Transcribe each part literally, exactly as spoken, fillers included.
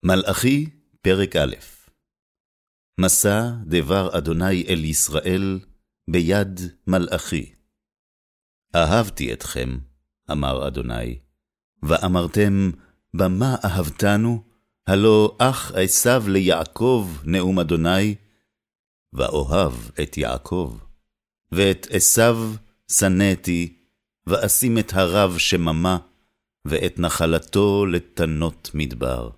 מלאכי, פרק א'. מסע דבר אדוני אל ישראל ביד מלאכי. אהבתי אתכם, אמר אדוני, ואמרתם, במה אהבתנו? הלא אח עשיו ליעקב נאום אדוני, ואוהב את יעקב, ואת עשיו שנאתי, ואשים את הרב שממה, ואת נחלתו לתנות מדבר.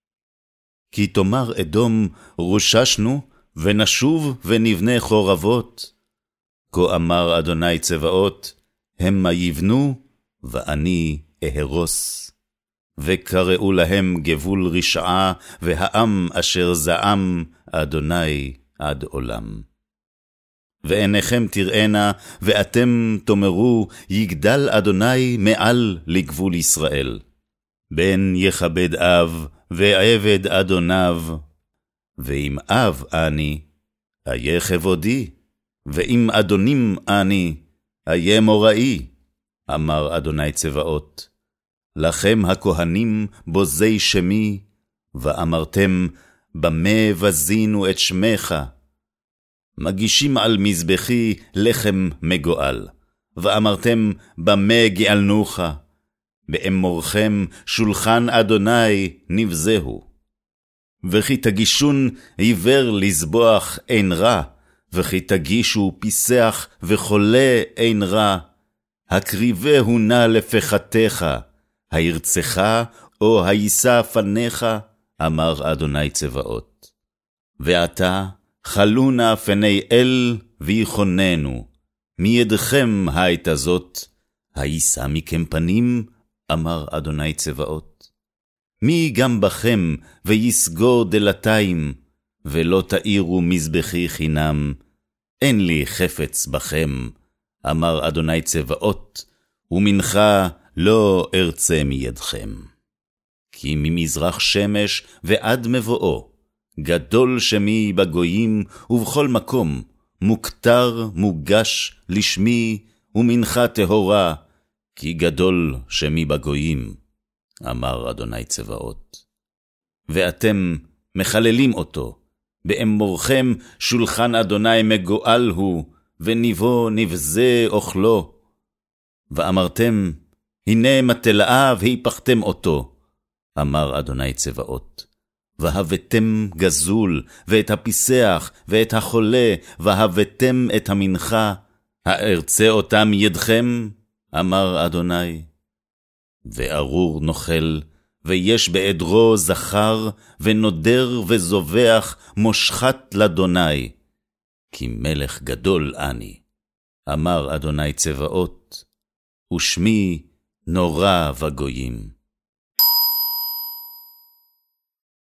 כי תאמר אדום, רוששנו, ונשוב ונבנה חורבות. כה אמר אדוני צבאות, המה יבנו, ואני אהרוס. וקראו להם גבול רשעה, והעם אשר זעם אדוני עד עולם. ועיניכם תראינה, ואתם תאמרו, יגדל אדוני מעל לגבול ישראל. בן יכבד אב, ועבד אדוניו. ואם אב אני, איה כבודי, ואם אדונים אני, איה מוראי, אמר אדוני צבאות. לכם הכהנים בוזי שמי, ואמרתם, במה בזינו את שמך? מגישים על מזבחי לחם מגואל, ואמרתם, במה גאלנוך? באמורכם שולחן אדוני נבזהו. וכי תגישון עיוור לזבוח אין רע, וכי תגישו פיסח וחולה אין רע, הקריבהו נא לפחתך, הירצך או הישא פניך, אמר אדוני צבאות. ועתה חלו נא פני אל ויחוננו, מידכם הייתה זאת, הישא מכם פנים, אמר אדוני צבאות. מי גם בכם ויסגור דלתיים, ולא תאירו מזבחי חינם, אין לי חפץ בכם, אמר אדוני צבאות, ומנחה לא ארצה מידכם. כי ממזרח שמש ועד מבואו, גדול שמי בגויים ובכל מקום, מוכתר מוגש לשמי ומנחה טהורה, כי גדול שמי בגויים, אמר אדוני צבאות. ואתם מחללים אותו, באמורכם שולחן אדוני מגואל הוא, וניבו נבזה אוכלו. ואמרתם, הנה מטלאה והיפכתם אותו, אמר אדוני צבאות. והבאתם גזול, ואת הפיסח, ואת החולה, והבאתם את המנחה, הארצה אותם ידכם, אמר אדוני. וארור נוכל, ויש בעדרו זכר, ונודר וזובח מושחת לאדוני. כי מלך גדול אני, אמר אדוני צבאות, ושמי נורא בגויים.